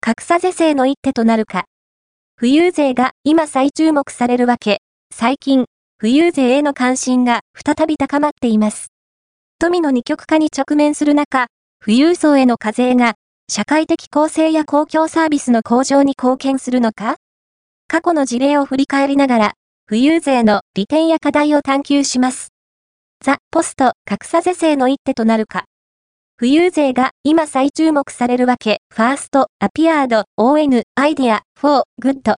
格差是正の一手となるか。富裕税が今再注目されるわけ。最近、富裕税への関心が再び高まっています。富の二極化に直面する中、富裕層への課税が社会的公正や公共サービスの向上に貢献するのか？過去の事例を振り返りながら、富裕税の利点や課題を探求します。ザ・ポスト、格差是正の一手となるか。富裕税が今再注目されるわけ。ファースト、アピアード、ON、アイディア、フォー、グッド。